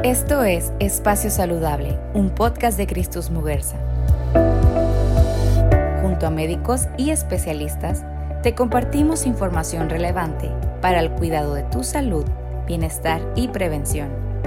Esto es Espacio Saludable, un podcast de Christus Muguerza. Junto a médicos y especialistas, te compartimos información relevante para el cuidado de tu salud, bienestar y prevención.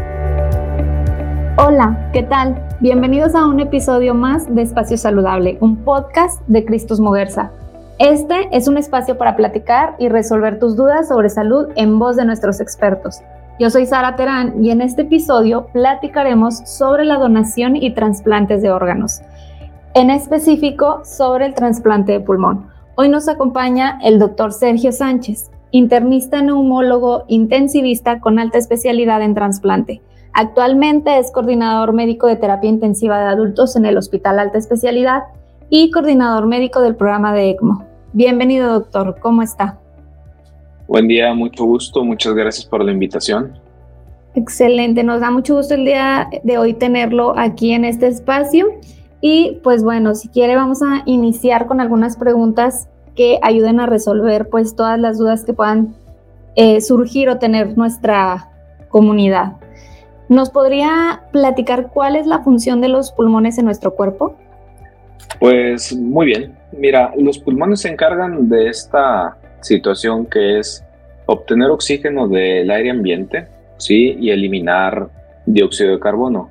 Hola, ¿qué tal? Bienvenidos a un episodio más de Espacio Saludable, un podcast de Christus Muguerza. Este es un espacio para platicar y resolver tus dudas sobre salud en voz de nuestros expertos. Yo soy Sara Terán y en este episodio platicaremos sobre la donación y trasplantes de órganos, en específico sobre el trasplante de pulmón. Hoy nos acompaña el doctor Sergio Sánchez, internista neumólogo intensivista con alta especialidad en trasplante. Actualmente es coordinador médico de terapia intensiva de adultos en el Hospital Alta Especialidad y coordinador médico del programa de ECMO. Bienvenido, doctor, ¿cómo está? Buen día, mucho gusto, muchas gracias por la invitación. Excelente, nos da mucho gusto el día de hoy tenerlo aquí en este espacio. Y pues bueno, si quiere vamos a iniciar con algunas preguntas que ayuden a resolver pues todas las dudas que puedan surgir o tener nuestra comunidad. ¿Nos podría platicar cuál es la función de los pulmones en nuestro cuerpo? Pues muy bien, mira, los pulmones se encargan de esta situación que es obtener oxígeno del aire ambiente, ¿sí? Y eliminar dióxido de carbono.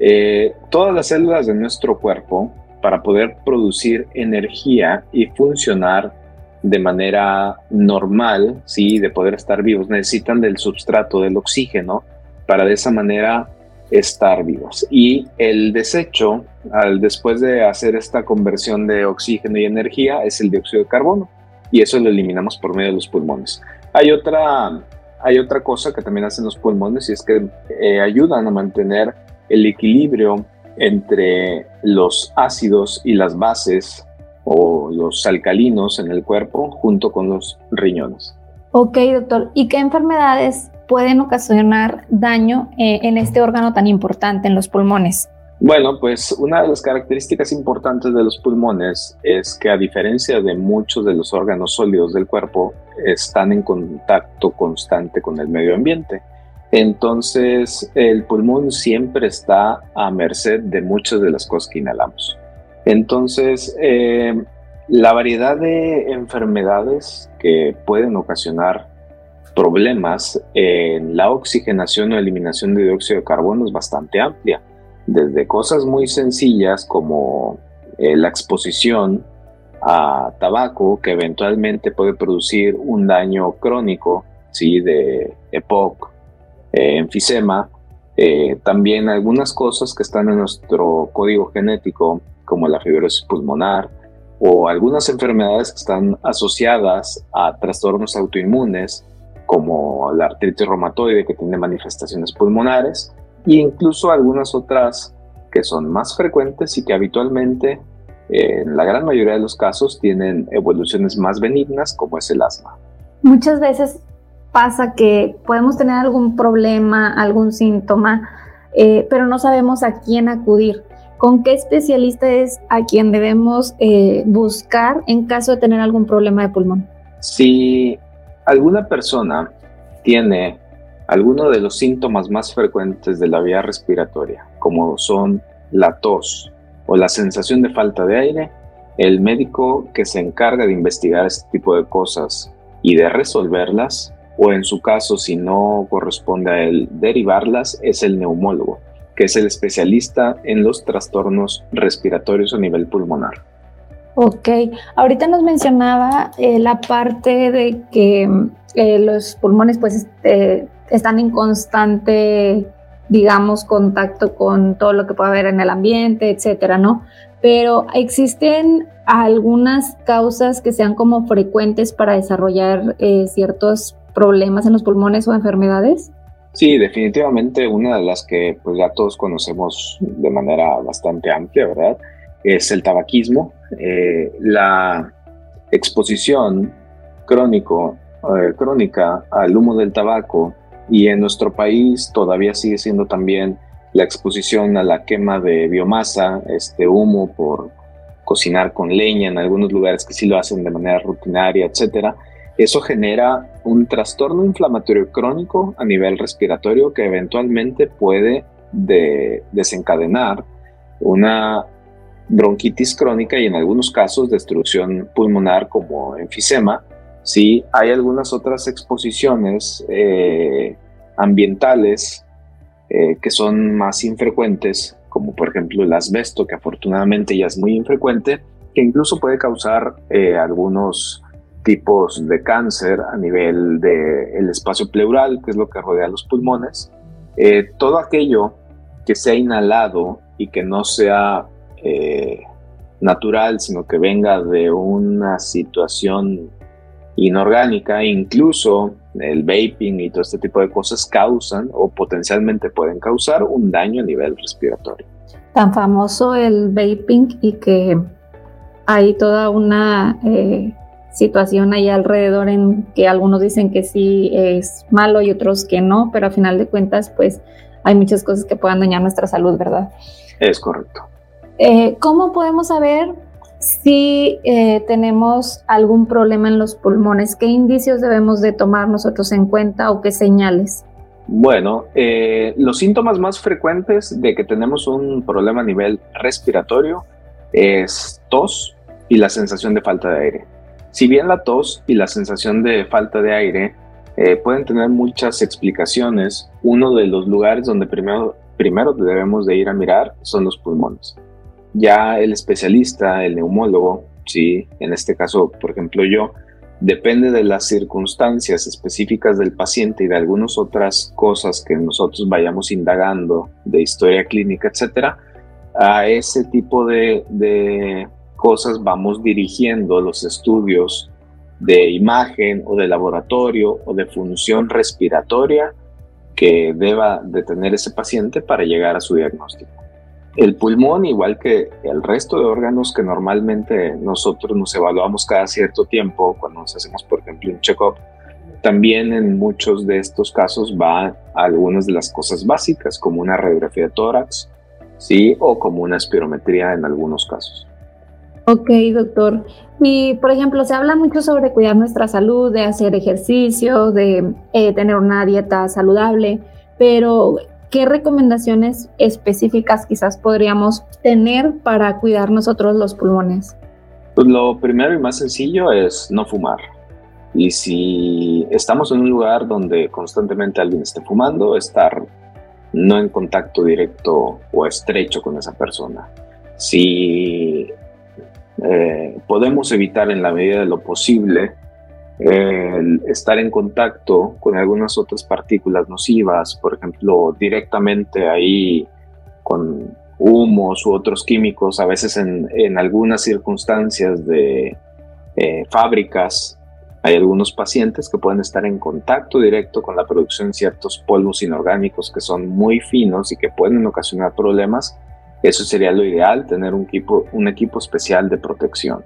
Todas las células de nuestro cuerpo, para poder producir energía y funcionar de manera normal, ¿sí? De poder estar vivos, necesitan del substrato, del oxígeno, para de esa manera estar vivos. Y el desecho, después de hacer esta conversión de oxígeno y energía, es el dióxido de carbono. Y eso lo eliminamos por medio de los pulmones. Hay otra cosa que también hacen los pulmones y es que ayudan a mantener el equilibrio entre los ácidos y las bases o los alcalinos en el cuerpo junto con los riñones. Ok, doctor. ¿Y qué enfermedades pueden ocasionar daño en este órgano tan importante, en los pulmones? Bueno, pues una de las características importantes de los pulmones es que, a diferencia de muchos de los órganos sólidos del cuerpo, están en contacto constante con el medio ambiente. Entonces, el pulmón siempre está a merced de muchas de las cosas que inhalamos. Entonces, la variedad de enfermedades que pueden ocasionar problemas en la oxigenación o eliminación de dióxido de carbono es bastante amplia. Desde cosas muy sencillas como la exposición a tabaco, que eventualmente puede producir un daño crónico, ¿sí? De EPOC, enfisema, también algunas cosas que están en nuestro código genético, como la fibrosis pulmonar, o algunas enfermedades que están asociadas a trastornos autoinmunes, como la artritis reumatoide, que tiene manifestaciones pulmonares, e incluso algunas otras que son más frecuentes y que habitualmente, en la gran mayoría de los casos, tienen evoluciones más benignas, como es el asma. Muchas veces pasa que podemos tener algún problema, algún síntoma, pero no sabemos a quién acudir. ¿Con qué especialista es a quien debemos buscar en caso de tener algún problema de pulmón? Si alguna persona tiene algunos de los síntomas más frecuentes de la vía respiratoria, como son la tos o la sensación de falta de aire, el médico que se encarga de investigar este tipo de cosas y de resolverlas, o en su caso, si no corresponde a él derivarlas, es el neumólogo, que es el especialista en los trastornos respiratorios a nivel pulmonar. Ok, ahorita nos mencionaba la parte de que los pulmones pues están en constante, digamos, contacto con todo lo que puede haber en el ambiente, etcétera, ¿no? Pero ¿existen algunas causas que sean como frecuentes para desarrollar ciertos problemas en los pulmones o enfermedades? Sí, definitivamente una de las que pues ya todos conocemos de manera bastante amplia, ¿verdad? Es el tabaquismo. La exposición crónica al humo del tabaco, y en nuestro país todavía sigue siendo también la exposición a la quema de biomasa, humo por cocinar con leña en algunos lugares que sí lo hacen de manera rutinaria, etcétera. Eso genera un trastorno inflamatorio crónico a nivel respiratorio que eventualmente puede desencadenar una bronquitis crónica y en algunos casos destrucción pulmonar como enfisema. Sí, hay algunas otras exposiciones ambientales que son más infrecuentes, como por ejemplo el asbesto, que afortunadamente ya es muy infrecuente, que incluso puede causar algunos tipos de cáncer a nivel del espacio pleural, que es lo que rodea los pulmones. Todo aquello que sea inhalado y que no sea natural, sino que venga de una situación inorgánica, incluso el vaping y todo este tipo de cosas causan o potencialmente pueden causar un daño a nivel respiratorio. Tan famoso el vaping y que hay toda una situación ahí alrededor en que algunos dicen que sí es malo y otros que no, pero a final de cuentas pues hay muchas cosas que puedan dañar nuestra salud, ¿verdad? Es correcto. ¿Cómo podemos saber si tenemos algún problema en los pulmones? ¿Qué indicios debemos de tomar nosotros en cuenta o qué señales? Bueno, los síntomas más frecuentes de que tenemos un problema a nivel respiratorio es tos y la sensación de falta de aire. Si bien la tos y la sensación de falta de aire pueden tener muchas explicaciones, uno de los lugares donde primero debemos de ir a mirar son los pulmones. Ya el especialista, el neumólogo, ¿sí? En este caso, por ejemplo, yo, depende de las circunstancias específicas del paciente y de algunas otras cosas que nosotros vayamos indagando de historia clínica, etcétera, a ese tipo de cosas vamos dirigiendo los estudios de imagen o de laboratorio o de función respiratoria que deba de tener ese paciente para llegar a su diagnóstico. El pulmón, igual que el resto de órganos que normalmente nosotros nos evaluamos cada cierto tiempo, cuando nos hacemos, por ejemplo, un check-up, también en muchos de estos casos va a algunas de las cosas básicas, como una radiografía de tórax, ¿sí? O como una espirometría en algunos casos. Ok, doctor. Y, por ejemplo, se habla mucho sobre cuidar nuestra salud, de hacer ejercicio, de tener una dieta saludable, pero ¿qué recomendaciones específicas quizás podríamos tener para cuidar nosotros los pulmones? Pues lo primero y más sencillo es no fumar. Y si estamos en un lugar donde constantemente alguien esté fumando, estar no en contacto directo o estrecho con esa persona. Si podemos evitar en la medida de lo posible estar en contacto con algunas otras partículas nocivas, por ejemplo, directamente ahí con humos u otros químicos, a veces en algunas circunstancias de fábricas, hay algunos pacientes que pueden estar en contacto directo con la producción de ciertos polvos inorgánicos que son muy finos y que pueden ocasionar problemas. Eso sería lo ideal, tener un equipo especial de protección.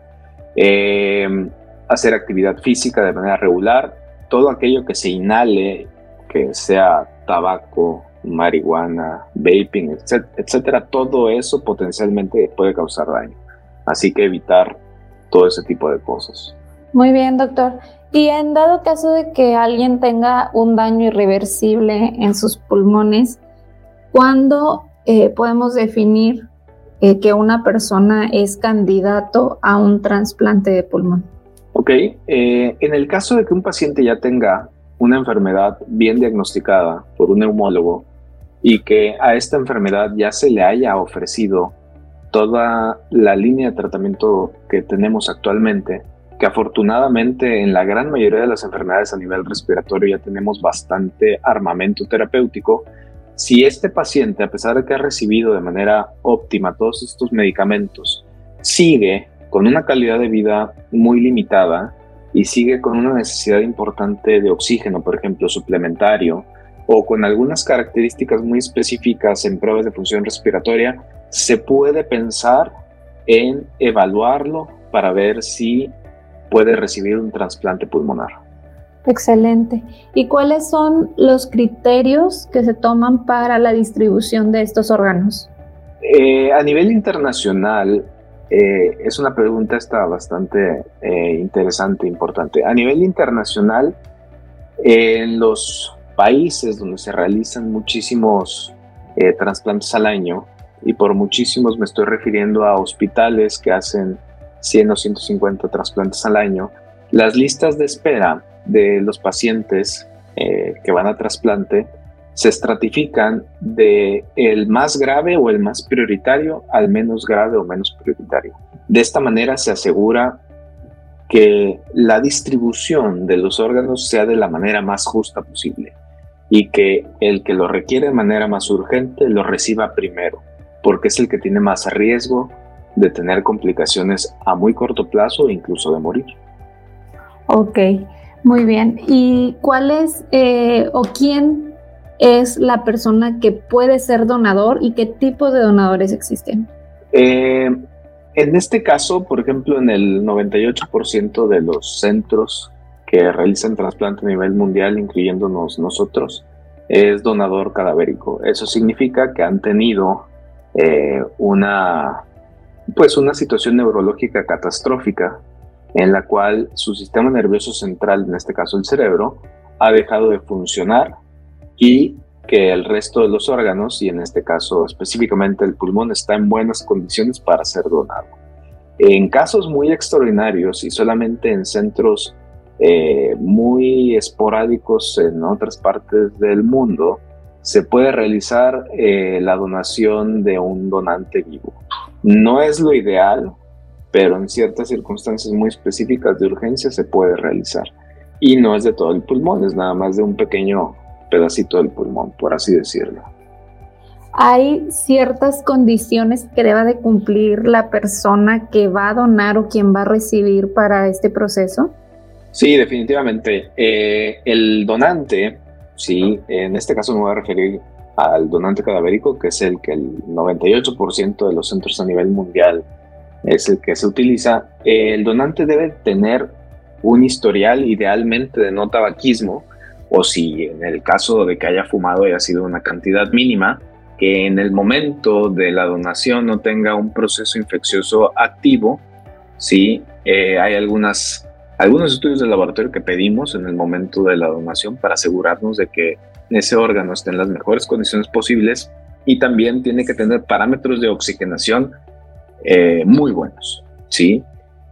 Hacer actividad física de manera regular, todo aquello que se inhale, que sea tabaco, marihuana, vaping, etcétera, todo eso potencialmente puede causar daño. Así que evitar todo ese tipo de cosas. Muy bien, doctor. Y en dado caso de que alguien tenga un daño irreversible en sus pulmones, ¿cuándo podemos definir que una persona es candidato a un trasplante de pulmón? Ok, en el caso de que un paciente ya tenga una enfermedad bien diagnosticada por un neumólogo y que a esta enfermedad ya se le haya ofrecido toda la línea de tratamiento que tenemos actualmente, que afortunadamente en la gran mayoría de las enfermedades a nivel respiratorio ya tenemos bastante armamento terapéutico, si este paciente, a pesar de que ha recibido de manera óptima todos estos medicamentos, sigue con una calidad de vida muy limitada y sigue con una necesidad importante de oxígeno, por ejemplo, suplementario, o con algunas características muy específicas en pruebas de función respiratoria, se puede pensar en evaluarlo para ver si puede recibir un trasplante pulmonar. Excelente. ¿Y cuáles son los criterios que se toman para la distribución de estos órganos? A nivel internacional, es una pregunta bastante interesante, importante. A nivel internacional, en los países donde se realizan muchísimos trasplantes al año, y por muchísimos me estoy refiriendo a hospitales que hacen 100 o 150 trasplantes al año, las listas de espera de los pacientes que van a trasplante se estratifican de el más grave o el más prioritario al menos grave o menos prioritario. De esta manera se asegura que la distribución de los órganos sea de la manera más justa posible y que el que lo requiere de manera más urgente lo reciba primero, porque es el que tiene más riesgo de tener complicaciones a muy corto plazo e incluso de morir. Ok, muy bien. ¿Y cuál es o quién es la persona que puede ser donador y qué tipos de donadores existen? En este caso, por ejemplo, en el 98% de los centros que realizan trasplante a nivel mundial, incluyéndonos nosotros, es donador cadavérico. Eso significa que han tenido una situación neurológica catastrófica en la cual su sistema nervioso central, en este caso el cerebro, ha dejado de funcionar y que el resto de los órganos, y en este caso específicamente el pulmón, está en buenas condiciones para ser donado. En casos muy extraordinarios y solamente en centros muy esporádicos en otras partes del mundo, se puede realizar la donación de un donante vivo. No es lo ideal, pero en ciertas circunstancias muy específicas de urgencia se puede realizar. Y no es de todo el pulmón, es nada más de un pequeño pedacito del pulmón, por así decirlo. ¿Hay ciertas condiciones que deba de cumplir la persona que va a donar o quien va a recibir para este proceso? Sí, definitivamente. El donante, sí, en este caso me voy a referir al donante cadavérico, que es el que el 98% de los centros a nivel mundial es el que se utiliza. El donante debe tener un historial idealmente de no tabaquismo, o si en el caso de que haya fumado haya sido una cantidad mínima, que en el momento de la donación no tenga un proceso infeccioso activo. Sí, hay algunos estudios de laboratorio que pedimos en el momento de la donación para asegurarnos de que ese órgano esté en las mejores condiciones posibles, y también tiene que tener parámetros de oxigenación muy buenos, ¿sí?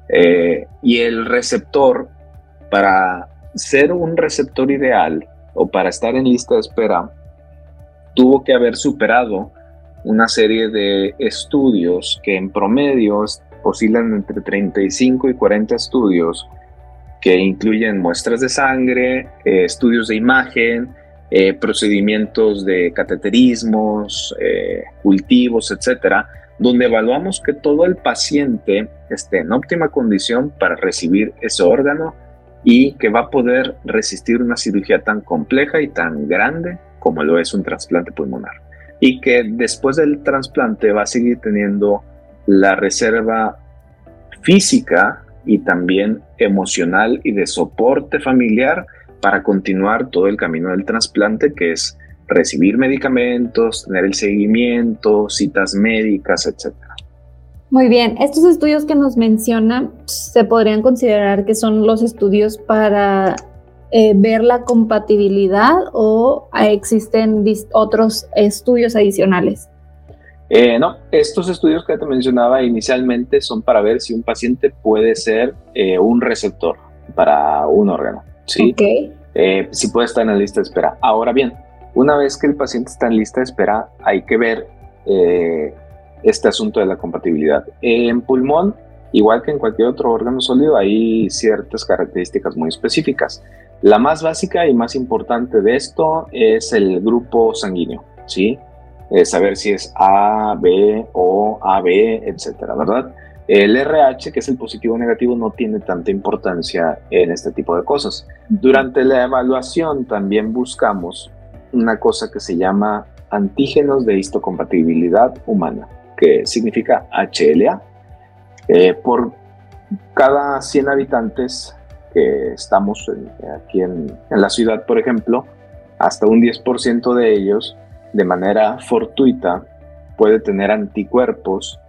Y el receptor, para ser un receptor ideal o para estar en lista de espera, tuvo que haber superado una serie de estudios que en promedio oscilan entre 35 y 40 estudios, que incluyen muestras de sangre, estudios de imagen, procedimientos de cateterismos, cultivos, etcétera, donde evaluamos que todo el paciente esté en óptima condición para recibir ese órgano y que va a poder resistir una cirugía tan compleja y tan grande como lo es un trasplante pulmonar, y que después del trasplante va a seguir teniendo la reserva física y también emocional y de soporte familiar para continuar todo el camino del trasplante, que es recibir medicamentos, tener el seguimiento, citas médicas, etc. Muy bien, estos estudios que nos menciona se podrían considerar que son los estudios para ver la compatibilidad, o existen otros estudios adicionales. No, estos estudios que te mencionaba inicialmente son para ver si un paciente puede ser un receptor para un órgano, ¿sí? Okay. Si puede estar en la lista de espera. Ahora bien, una vez que el paciente está en lista de espera, hay que ver este asunto de la compatibilidad. En pulmón, igual que en cualquier otro órgano sólido, hay ciertas características muy específicas. La más básica y más importante de esto es el grupo sanguíneo, ¿sí? Saber si es A, B, O, AB, etcétera, ¿verdad? El RH, que es el positivo o negativo, no tiene tanta importancia en este tipo de cosas. Durante la evaluación también buscamos una cosa que se llama antígenos de histocompatibilidad humana, que significa HLA. Por cada 100 habitantes que estamos aquí en la ciudad, por ejemplo, hasta un 10% de ellos, de manera fortuita, puede tener anticuerpos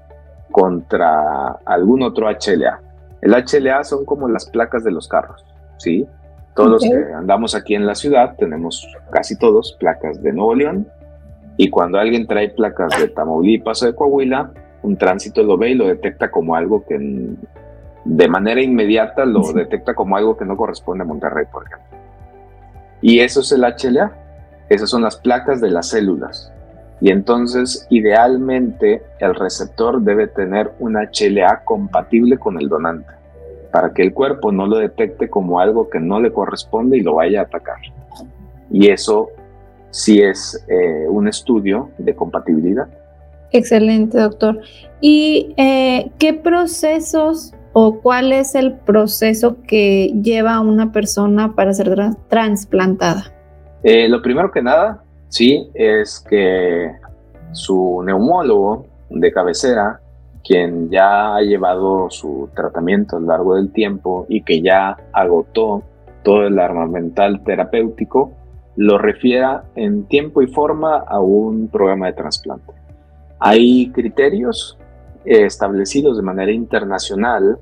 contra algún otro HLA. El HLA son como las placas de los carros, ¿sí? Todos los que andamos aquí en la ciudad tenemos, casi todos, placas de Nuevo León, y cuando alguien trae placas de Tamaulipas o de Coahuila, un tránsito lo ve y lo detecta como algo que de manera inmediata lo detecta como algo que no corresponde a Monterrey, por ejemplo. Y eso es el HLA, esas son las placas de las células. Y entonces, idealmente, el receptor debe tener un HLA compatible con el donante, para que el cuerpo no lo detecte como algo que no le corresponde y lo vaya a atacar. Y eso sí es un estudio de compatibilidad. Excelente, doctor. ¿Y qué procesos o cuál es el proceso que lleva a una persona para ser trasplantada? Lo primero que nada, sí, es que su neumólogo de cabecera, quien ya ha llevado su tratamiento a lo largo del tiempo y que ya agotó todo el armamental terapéutico, lo refiera en tiempo y forma a un programa de trasplante. Hay criterios establecidos de manera internacional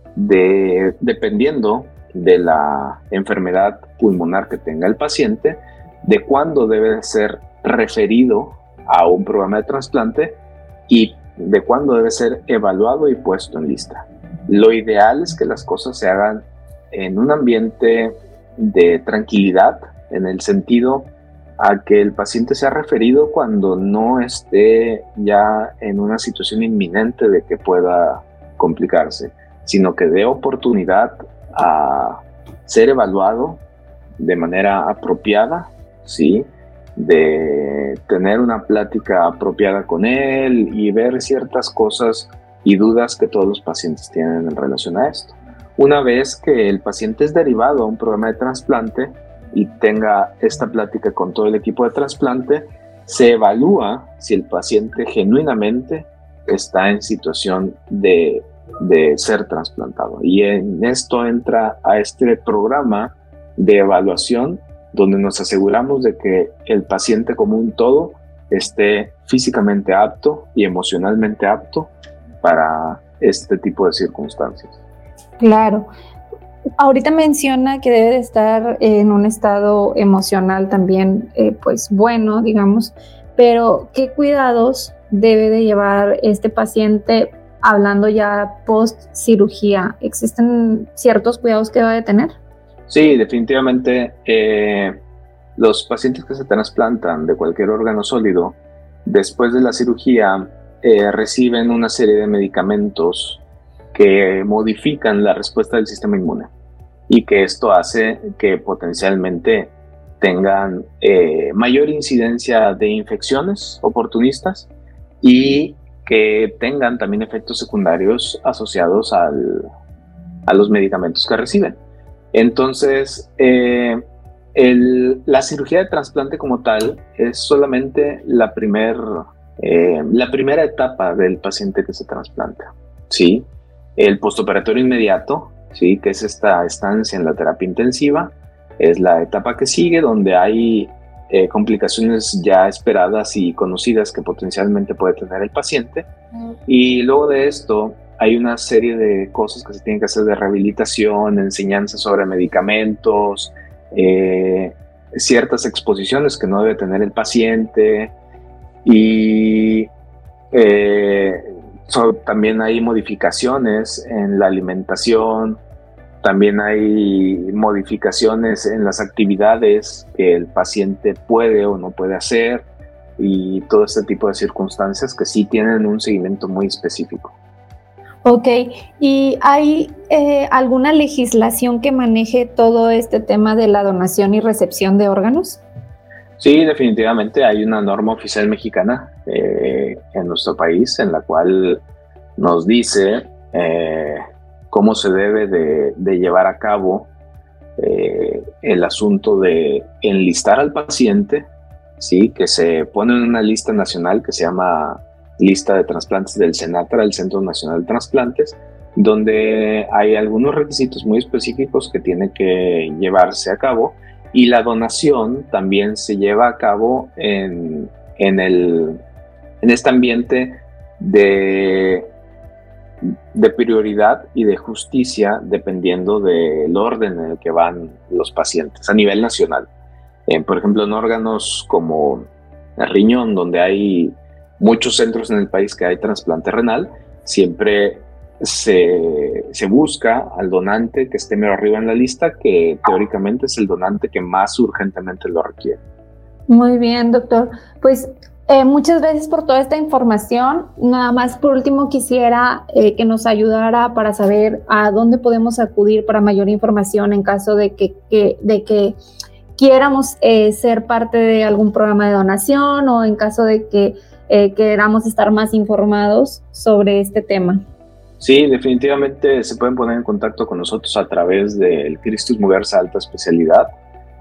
dependiendo de la enfermedad pulmonar que tenga el paciente, de cuándo debe ser referido a un programa de trasplante y de cuándo debe ser evaluado y puesto en lista. Lo ideal es que las cosas se hagan en un ambiente de tranquilidad, en el sentido a que el paciente sea referido cuando no esté ya en una situación inminente de que pueda complicarse, sino que dé oportunidad a ser evaluado de manera apropiada, ¿sí? De tener una plática apropiada con él y ver ciertas cosas y dudas que todos los pacientes tienen en relación a esto. Una vez que el paciente es derivado a un programa de trasplante y tenga esta plática con todo el equipo de trasplante, se evalúa si el paciente genuinamente está en situación de ser trasplantado. Y en esto entra a este programa de evaluación donde nos aseguramos de que el paciente como un todo esté físicamente apto y emocionalmente apto para este tipo de circunstancias. Claro. Ahorita menciona que debe de estar en un estado emocional también, pues bueno, digamos, pero ¿qué cuidados debe de llevar este paciente hablando ya post cirugía? ¿Existen ciertos cuidados que debe de tener? Sí, definitivamente. Los pacientes que se trasplantan de cualquier órgano sólido, después de la cirugía, reciben una serie de medicamentos que modifican la respuesta del sistema inmune y que esto hace que potencialmente tengan mayor incidencia de infecciones oportunistas y que tengan también efectos secundarios asociados a los medicamentos que reciben. Entonces, la cirugía de trasplante como tal es solamente la primera etapa del paciente que se trasplanta, ¿sí? El postoperatorio inmediato, ¿sí? Que es esta estancia en la terapia intensiva, es la etapa que sigue, donde hay complicaciones ya esperadas y conocidas que potencialmente puede tener el paciente. Y luego de esto hay una serie de cosas que se tienen que hacer de rehabilitación, enseñanza sobre medicamentos, ciertas exposiciones que no debe tener el paciente y también hay modificaciones en la alimentación, también hay modificaciones en las actividades que el paciente puede o no puede hacer y todo este tipo de circunstancias que sí tienen un seguimiento muy específico. Ok, ¿y hay alguna legislación que maneje todo este tema de la donación y recepción de órganos? Sí, definitivamente hay una norma oficial mexicana en nuestro país en la cual nos dice cómo se debe de llevar a cabo el asunto de enlistar al paciente, ¿sí? Que se pone en una lista nacional que se llama Lista de Trasplantes del CENATRA, el Centro Nacional de Trasplantes, donde hay algunos requisitos muy específicos que tienen que llevarse a cabo, y la donación también se lleva a cabo en este ambiente de de prioridad y de justicia dependiendo del orden en el que van los pacientes a nivel nacional. Por ejemplo, en órganos como el riñón, donde hay muchos centros en el país que hay trasplante renal, siempre se busca al donante que esté mero arriba en la lista, que teóricamente es el donante que más urgentemente lo requiere. Muy bien, doctor. Pues muchas gracias por toda esta información. Nada más por último quisiera que nos ayudara para saber a dónde podemos acudir para mayor información en caso de que quieramos ser parte de algún programa de donación o en caso de que queramos estar más informados sobre este tema. Sí, definitivamente se pueden poner en contacto con nosotros a través del Christus Muguerza Alta Especialidad.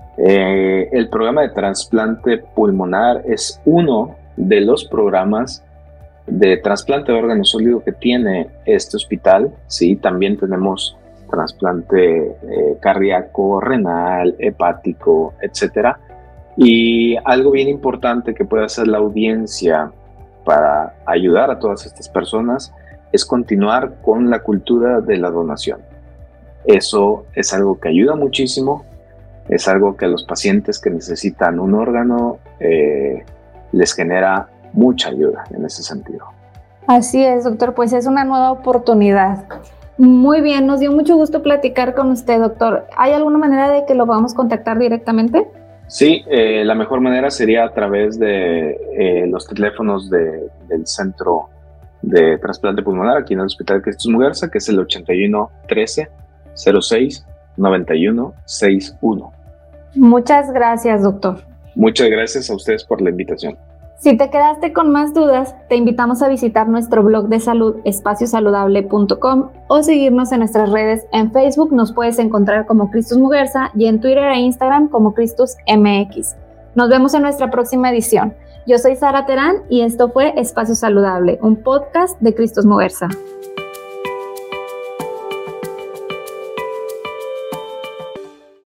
El programa de trasplante pulmonar es uno de los programas de trasplante de órgano sólido que tiene este hospital. Sí, también tenemos trasplante cardíaco, renal, hepático, etcétera. Y algo bien importante que puede hacer la audiencia para ayudar a todas estas personas es continuar con la cultura de la donación. Eso es algo que ayuda muchísimo, es algo que a los pacientes que necesitan un órgano les genera mucha ayuda en ese sentido. Así es, doctor, pues es una nueva oportunidad. Muy bien, nos dio mucho gusto platicar con usted, doctor. ¿Hay alguna manera de que lo podamos contactar directamente? Sí, la mejor manera sería a través de los teléfonos del Centro de Trasplante Pulmonar aquí en el Hospital Christus Muguerza, que es el 81 13 06 91 61. Muchas gracias, doctor. Muchas gracias a ustedes por la invitación. Si te quedaste con más dudas, te invitamos a visitar nuestro blog de salud espaciosaludable.com o seguirnos en nuestras redes. En Facebook nos puedes encontrar como Christus Muguerza y en Twitter e Instagram como Christus MX. Nos vemos en nuestra próxima edición. Yo soy Sara Terán y esto fue Espacio Saludable, un podcast de Christus Muguerza.